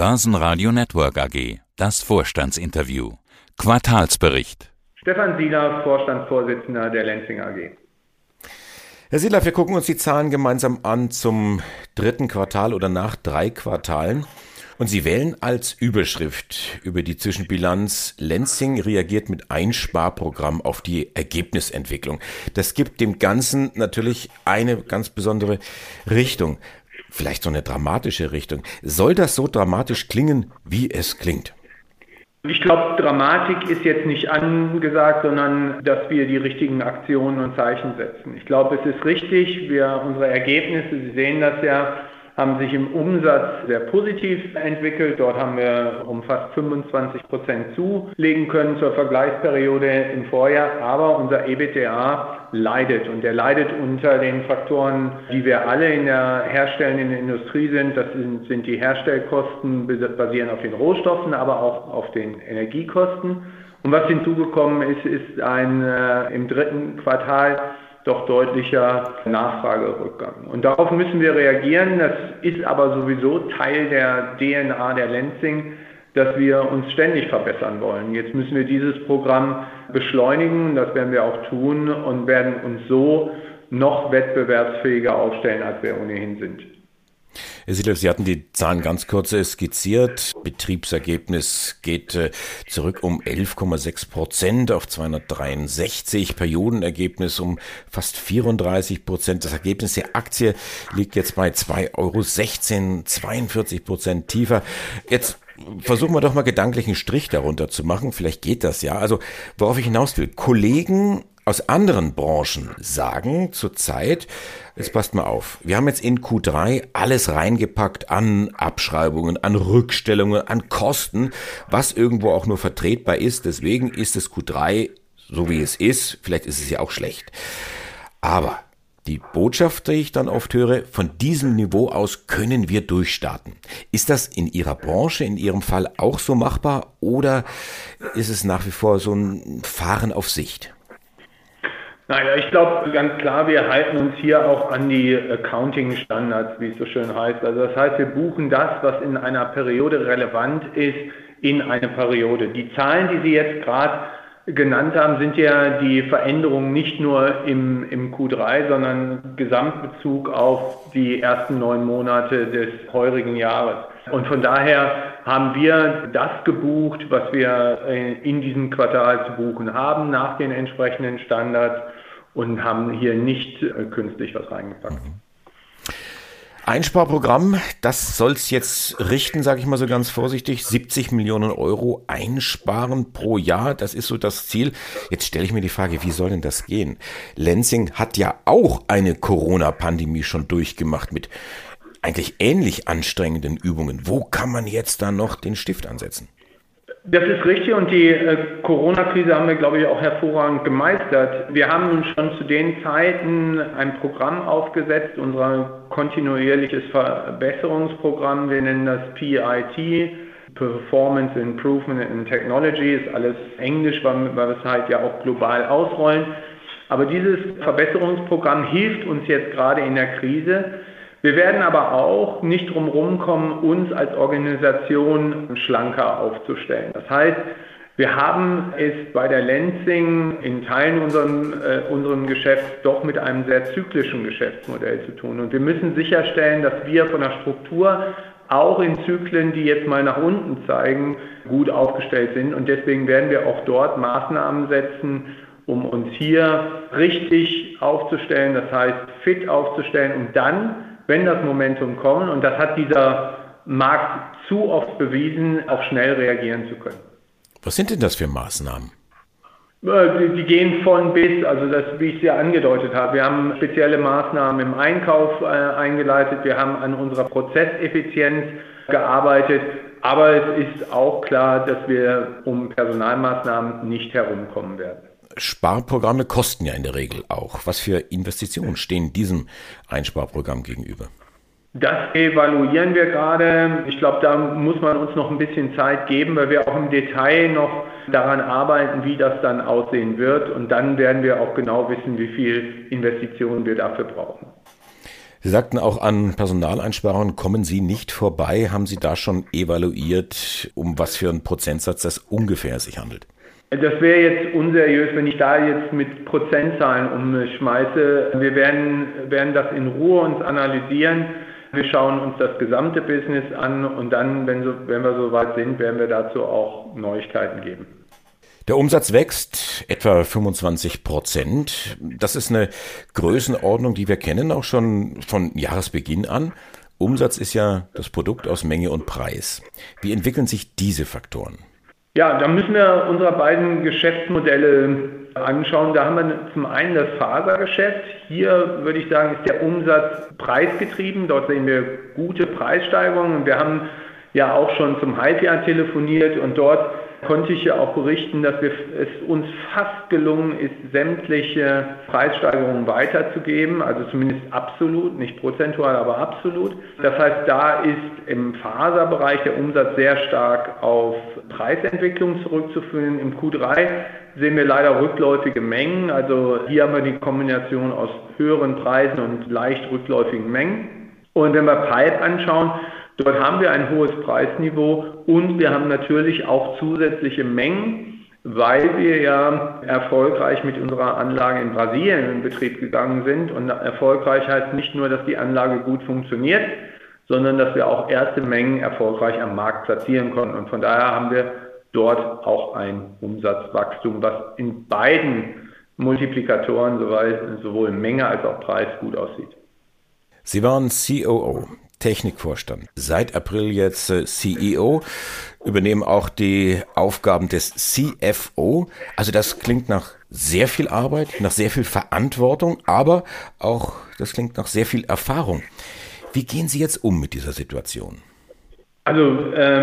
Börsenradio Network AG. Das Vorstandsinterview. Quartalsbericht. Stefan Sielaff, Vorstandsvorsitzender der Lenzing AG. Herr Sielaff, wir gucken uns die Zahlen gemeinsam an zum dritten Quartal oder nach 3 Quartalen. Und Sie wählen als Überschrift über die Zwischenbilanz: Lenzing reagiert mit Einsparprogramm auf die Ergebnisentwicklung. Das gibt dem Ganzen natürlich eine ganz besondere Richtung. Vielleicht so eine dramatische Richtung. Soll das so dramatisch klingen, wie es klingt? Ich glaube, Dramatik ist jetzt nicht angesagt, sondern dass wir die richtigen Aktionen und Zeichen setzen. Ich glaube, es ist richtig. Unsere Ergebnisse, Sie sehen das ja, haben sich im Umsatz sehr positiv entwickelt. Dort haben wir um fast 25% zulegen können zur Vergleichsperiode im Vorjahr. Aber unser EBITDA leidet. Und der leidet unter den Faktoren, die wir alle in der herstellenden Industrie sind. Das sind die Herstellkosten, basieren auf den Rohstoffen, aber auch auf den Energiekosten. Und was hinzugekommen ist, ist ein im dritten Quartal doch deutlicher Nachfragerückgang. Und darauf müssen wir reagieren. Das ist aber sowieso Teil der DNA der Lenzing, dass wir uns ständig verbessern wollen. Jetzt müssen wir dieses Programm beschleunigen, das werden wir auch tun und werden uns so noch wettbewerbsfähiger aufstellen, als wir ohnehin sind. Herr Sielaff, Sie hatten die Zahlen ganz kurz skizziert. Betriebsergebnis geht zurück um 11,6% auf 263. Periodenergebnis um fast 34%. Das Ergebnis der Aktie liegt jetzt bei 2,16 Euro, 42% tiefer. Jetzt versuchen wir doch mal gedanklich einen Strich darunter zu machen. Vielleicht geht das ja. Also, worauf ich hinaus will: Kollegen aus anderen Branchen sagen zurzeit, jetzt passt mal auf, wir haben jetzt in Q3 alles reingepackt an Abschreibungen, an Rückstellungen, an Kosten, was irgendwo auch nur vertretbar ist. Deswegen ist das Q3 so, wie es ist. Vielleicht ist es ja auch schlecht. Aber die Botschaft, die ich dann oft höre: von diesem Niveau aus können wir durchstarten. Ist das in Ihrer Branche, in Ihrem Fall auch so machbar, oder ist es nach wie vor so ein Fahren auf Sicht? Naja, ich glaube ganz klar, wir halten uns hier auch an die Accounting-Standards, wie es so schön heißt. Also das heißt, wir buchen das, was in einer Periode relevant ist, in eine Periode. Die Zahlen, die Sie jetzt gerade genannt haben, sind ja die Veränderungen nicht nur im Q3, sondern Gesamtbezug auf die ersten 9 Monate des heurigen Jahres. Und von daher haben wir das gebucht, was wir in diesem Quartal zu buchen haben, nach den entsprechenden Standards, und haben hier nicht künstlich was reingepackt. Einsparprogramm, das soll es jetzt richten, sage ich mal so ganz vorsichtig. 70 Millionen Euro einsparen pro Jahr, das ist so das Ziel. Jetzt stelle ich mir die Frage, wie soll denn das gehen? Lenzing hat ja auch eine Corona-Pandemie schon durchgemacht mit eigentlich ähnlich anstrengenden Übungen. Wo kann man jetzt da noch den Stift ansetzen? Das ist richtig, und die Corona-Krise haben wir, glaube ich, auch hervorragend gemeistert. Wir haben schon zu den Zeiten ein Programm aufgesetzt, unser kontinuierliches Verbesserungsprogramm. Wir nennen das PIT, Performance Improvement in Technology, ist alles Englisch, weil wir es halt ja auch global ausrollen. Aber dieses Verbesserungsprogramm hilft uns jetzt gerade in der Krise. Wir werden aber auch nicht drum rumkommen, uns als Organisation schlanker aufzustellen. Das heißt, wir haben es bei der Lenzing in Teilen unserem Geschäft doch mit einem sehr zyklischen Geschäftsmodell zu tun. Und wir müssen sicherstellen, dass wir von der Struktur auch in Zyklen, die jetzt mal nach unten zeigen, gut aufgestellt sind. Und deswegen werden wir auch dort Maßnahmen setzen, um uns hier richtig aufzustellen, das heißt fit aufzustellen, und dann, wenn das Momentum kommt, und das hat dieser Markt zu oft bewiesen, auch schnell reagieren zu können. Was sind denn das für Maßnahmen? Die gehen von bis, also das, wie ich es ja angedeutet habe. Wir haben spezielle Maßnahmen im Einkauf eingeleitet, wir haben an unserer Prozesseffizienz gearbeitet, aber es ist auch klar, dass wir um Personalmaßnahmen nicht herumkommen werden. Sparprogramme kosten ja in der Regel auch. Was für Investitionen stehen diesem Einsparprogramm gegenüber? Das evaluieren wir gerade. Ich glaube, da muss man uns noch ein bisschen Zeit geben, weil wir auch im Detail noch daran arbeiten, wie das dann aussehen wird. Und dann werden wir auch genau wissen, wie viel Investitionen wir dafür brauchen. Sie sagten auch, an Personaleinsparungen kommen Sie nicht vorbei. Haben Sie da schon evaluiert, um was für einen Prozentsatz das ungefähr sich handelt? Das wäre jetzt unseriös, wenn ich da jetzt mit Prozentzahlen umschmeiße. Wir werden das in Ruhe uns analysieren. Wir schauen uns das gesamte Business an und dann, wenn wir soweit sind, werden wir dazu auch Neuigkeiten geben. Der Umsatz wächst etwa 25%. Das ist eine Größenordnung, die wir kennen, auch schon von Jahresbeginn an. Umsatz ist ja das Produkt aus Menge und Preis. Wie entwickeln sich diese Faktoren? Ja, da müssen wir unsere beiden Geschäftsmodelle anschauen. Da haben wir zum einen das Fasergeschäft. Hier würde ich sagen, ist der Umsatz preisgetrieben. Dort sehen wir gute Preissteigerungen. Und wir haben ja auch schon zum Halbjahr telefoniert und dort konnte ich ja auch berichten, dass es uns fast gelungen ist, sämtliche Preissteigerungen weiterzugeben, also zumindest absolut, nicht prozentual, aber absolut. Das heißt, da ist im Faserbereich der Umsatz sehr stark auf Preisentwicklung zurückzuführen. Im Q3 sehen wir leider rückläufige Mengen, also hier haben wir die Kombination aus höheren Preisen und leicht rückläufigen Mengen. Und wenn wir Pipe anschauen, dort haben wir ein hohes Preisniveau und wir haben natürlich auch zusätzliche Mengen, weil wir ja erfolgreich mit unserer Anlage in Brasilien in Betrieb gegangen sind. Und erfolgreich heißt nicht nur, dass die Anlage gut funktioniert, sondern dass wir auch erste Mengen erfolgreich am Markt platzieren konnten. Und von daher haben wir dort auch ein Umsatzwachstum, was in beiden Multiplikatoren sowohl Menge als auch Preis gut aussieht. Sie waren COO. Technikvorstand. Seit April jetzt CEO, übernehmen auch die Aufgaben des CFO. Also das klingt nach sehr viel Arbeit, nach sehr viel Verantwortung, aber auch das klingt nach sehr viel Erfahrung. Wie gehen Sie jetzt um mit dieser Situation? Also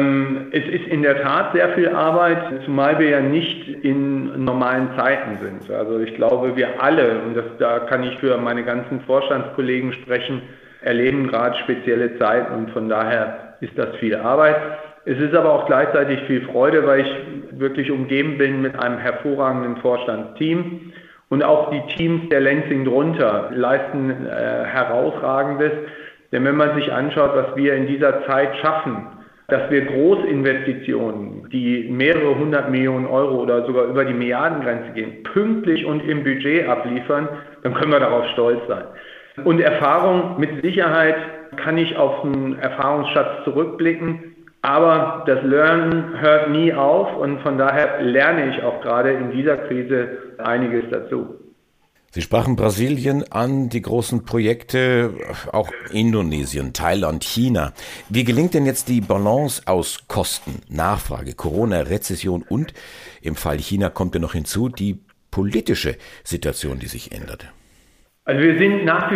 es ist in der Tat sehr viel Arbeit, zumal wir ja nicht in normalen Zeiten sind. Also ich glaube, wir alle, und da kann ich für meine ganzen Vorstandskollegen sprechen, erleben gerade spezielle Zeiten und von daher ist das viel Arbeit. Es ist aber auch gleichzeitig viel Freude, weil ich wirklich umgeben bin mit einem hervorragenden Vorstandsteam und auch die Teams der Lenzing drunter leisten Herausragendes. Denn wenn man sich anschaut, was wir in dieser Zeit schaffen, dass wir Großinvestitionen, die mehrere 100 Millionen Euro oder sogar über die Milliardengrenze gehen, pünktlich und im Budget abliefern, dann können wir darauf stolz sein. Und Erfahrung, mit Sicherheit kann ich auf einen Erfahrungsschatz zurückblicken, aber das Lernen hört nie auf und von daher lerne ich auch gerade in dieser Krise einiges dazu. Sie sprachen Brasilien an, die großen Projekte, auch Indonesien, Thailand, China. Wie gelingt denn jetzt die Balance aus Kosten, Nachfrage, Corona, Rezession und im Fall China kommt ja noch hinzu die politische Situation, die sich ändert? Also wir sind nach wie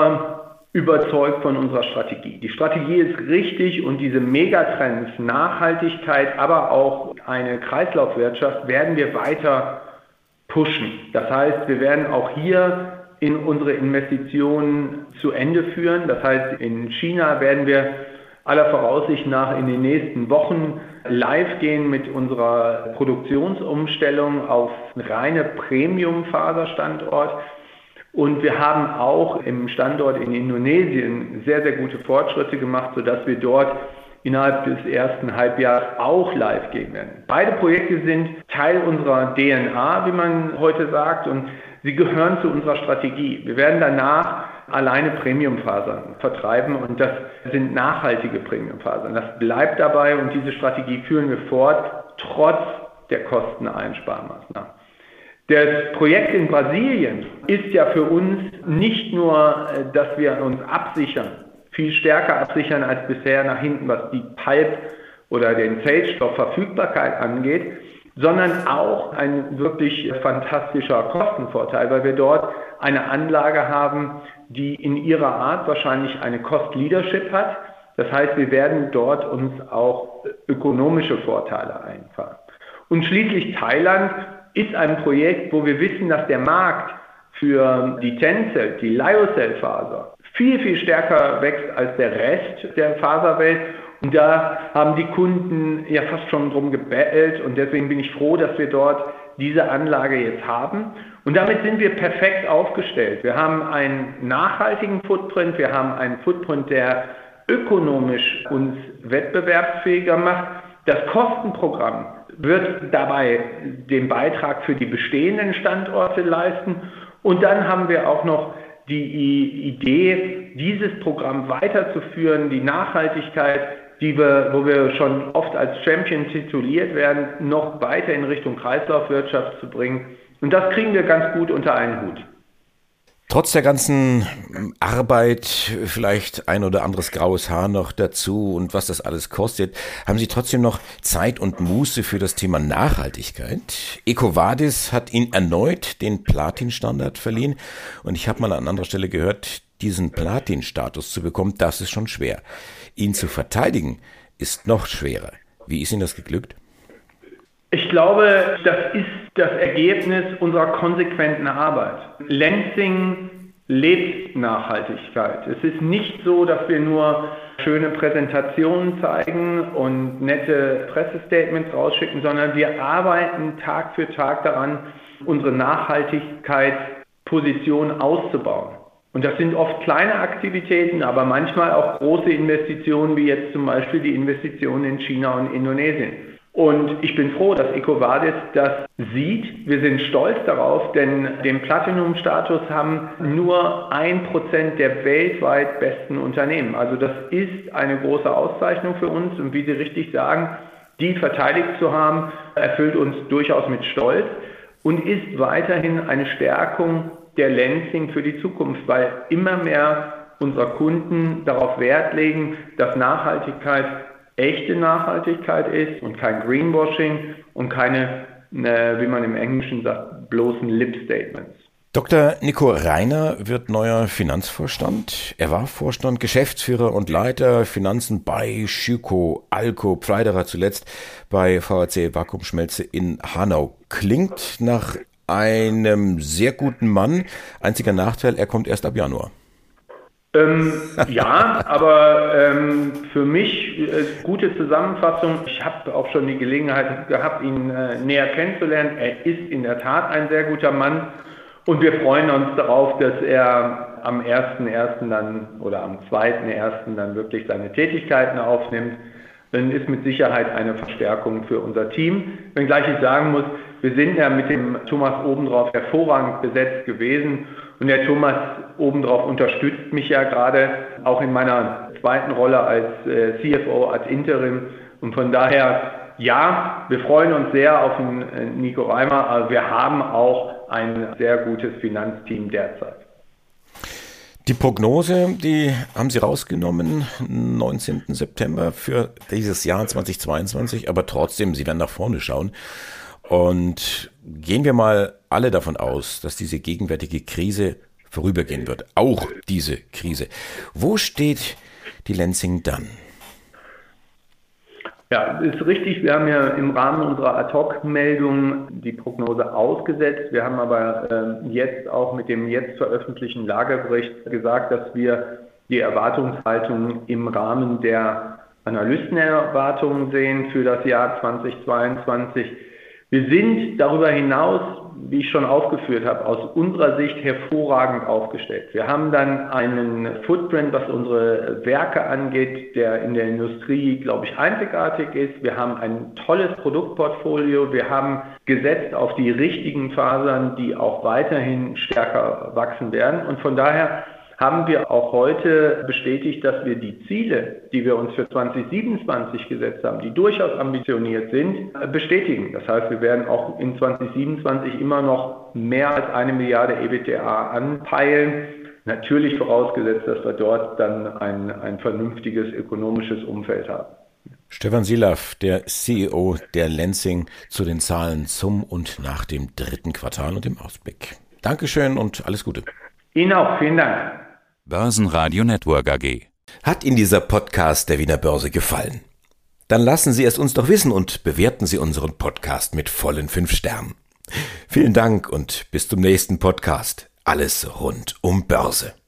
vor überzeugt von unserer Strategie. Die Strategie ist richtig und diese Megatrends, Nachhaltigkeit, aber auch eine Kreislaufwirtschaft werden wir weiter pushen. Das heißt, wir werden auch hier in unsere Investitionen zu Ende führen. Das heißt, in China werden wir aller Voraussicht nach in den nächsten Wochen live gehen mit unserer Produktionsumstellung auf reine Premium-Faserstandort. Und wir haben auch im Standort in Indonesien sehr, sehr gute Fortschritte gemacht, sodass wir dort innerhalb des ersten Halbjahres auch live gehen werden. Beide Projekte sind Teil unserer DNA, wie man heute sagt, und sie gehören zu unserer Strategie. Wir werden danach alleine Premiumfasern vertreiben und das sind nachhaltige Premiumfasern. Das bleibt dabei und diese Strategie führen wir fort, trotz der Kosteneinsparmaßnahmen. Das Projekt in Brasilien ist ja für uns nicht nur, dass wir uns absichern, viel stärker absichern als bisher nach hinten, was die Pulp oder den Zellstoffverfügbarkeit angeht, sondern auch ein wirklich fantastischer Kostenvorteil, weil wir dort eine Anlage haben, die in ihrer Art wahrscheinlich eine Cost-Leadership hat. Das heißt, wir werden dort uns auch ökonomische Vorteile einfahren. Und schließlich Thailand ist ein Projekt, wo wir wissen, dass der Markt für die Tencel, die Lyocell-Faser, viel, viel stärker wächst als der Rest der Faserwelt. Und da haben die Kunden ja fast schon drum gebettelt und deswegen bin ich froh, dass wir dort diese Anlage jetzt haben. Und damit sind wir perfekt aufgestellt. Wir haben einen nachhaltigen Footprint, wir haben einen Footprint, der ökonomisch uns wettbewerbsfähiger macht. Das Kostenprogramm wird dabei den Beitrag für die bestehenden Standorte leisten. Und dann haben wir auch noch die Idee, dieses Programm weiterzuführen, die Nachhaltigkeit, wo wir schon oft als Champion tituliert werden, noch weiter in Richtung Kreislaufwirtschaft zu bringen. Und das kriegen wir ganz gut unter einen Hut. Trotz der ganzen Arbeit, vielleicht ein oder anderes graues Haar noch dazu und was das alles kostet, haben Sie trotzdem noch Zeit und Muße für das Thema Nachhaltigkeit. EcoVadis hat Ihnen erneut den Platin-Standard verliehen und ich habe mal an anderer Stelle gehört, diesen Platin-Status zu bekommen, das ist schon schwer. Ihn zu verteidigen ist noch schwerer. Wie ist Ihnen das geglückt? Ich glaube, das ist das Ergebnis unserer konsequenten Arbeit. Lenzing lebt Nachhaltigkeit. Es ist nicht so, dass wir nur schöne Präsentationen zeigen und nette Pressestatements rausschicken, sondern wir arbeiten Tag für Tag daran, unsere Nachhaltigkeitsposition auszubauen. Und das sind oft kleine Aktivitäten, aber manchmal auch große Investitionen, wie jetzt zum Beispiel die Investitionen in China und Indonesien. Und ich bin froh, dass EcoVadis das sieht. Wir sind stolz darauf, denn den Platinum-Status haben nur 1% der weltweit besten Unternehmen. Also das ist eine große Auszeichnung für uns. Und wie Sie richtig sagen, die verteidigt zu haben, erfüllt uns durchaus mit Stolz und ist weiterhin eine Stärkung der Lenzing für die Zukunft, weil immer mehr unserer Kunden darauf Wert legen, dass Nachhaltigkeit echte Nachhaltigkeit ist und kein Greenwashing und keine, wie man im Englischen sagt, bloßen Lip-Statements. Dr. Nico Reiner wird neuer Finanzvorstand. Er war Vorstand, Geschäftsführer und Leiter Finanzen bei Schüco, Alco, Pfleiderer zuletzt bei VAC Vakuumschmelze in Hanau. Klingt nach einem sehr guten Mann. Einziger Nachteil, er kommt erst ab Januar. Ja, aber für mich gute Zusammenfassung. Ich habe auch schon die Gelegenheit gehabt, ihn näher kennenzulernen. Er ist in der Tat ein sehr guter Mann und wir freuen uns darauf, dass er am 1.1. dann oder am 2.1. dann wirklich seine Tätigkeiten aufnimmt. Dann ist mit Sicherheit eine Verstärkung für unser Team. Wenngleich ich sagen muss, wir sind ja mit dem Thomas Obendrauf hervorragend besetzt gewesen. Und der Thomas Obendrauf unterstützt mich ja gerade auch in meiner zweiten Rolle als CFO ad interim. Und von daher, ja, wir freuen uns sehr auf den Nico Reiner, aber wir haben auch ein sehr gutes Finanzteam derzeit. Die Prognose, die haben Sie rausgenommen, 19. September für dieses Jahr 2022, aber trotzdem, Sie werden nach vorne schauen. Und gehen wir mal alle davon aus, dass diese gegenwärtige Krise vorübergehen wird. Auch diese Krise. Wo steht die Lenzing dann? Ja, ist richtig. Wir haben ja im Rahmen unserer Ad-Hoc-Meldung die Prognose ausgesetzt. Wir haben aber jetzt auch mit dem jetzt veröffentlichten Lagebericht gesagt, dass wir die Erwartungshaltung im Rahmen der Analystenerwartungen sehen für das Jahr 2022. Wir sind darüber hinaus, wie ich schon aufgeführt habe, aus unserer Sicht hervorragend aufgestellt. Wir haben dann einen Footprint, was unsere Werke angeht, der in der Industrie, glaube ich, einzigartig ist. Wir haben ein tolles Produktportfolio. Wir haben gesetzt auf die richtigen Fasern, die auch weiterhin stärker wachsen werden. Und von daher haben wir auch heute bestätigt, dass wir die Ziele, die wir uns für 2027 gesetzt haben, die durchaus ambitioniert sind, bestätigen. Das heißt, wir werden auch in 2027 immer noch mehr als 1 Milliarde EBITDA anpeilen. Natürlich vorausgesetzt, dass wir dort dann ein vernünftiges ökonomisches Umfeld haben. Stefan Sielaff, der CEO der Lenzing, zu den Zahlen zum und nach dem 3. Quartal und dem Ausblick. Dankeschön und alles Gute. Ihnen auch, vielen Dank. Börsenradio Network AG. Hat Ihnen dieser Podcast der Wiener Börse gefallen? Dann lassen Sie es uns doch wissen und bewerten Sie unseren Podcast mit vollen 5 Sternen. Vielen Dank und bis zum nächsten Podcast. Alles rund um Börse.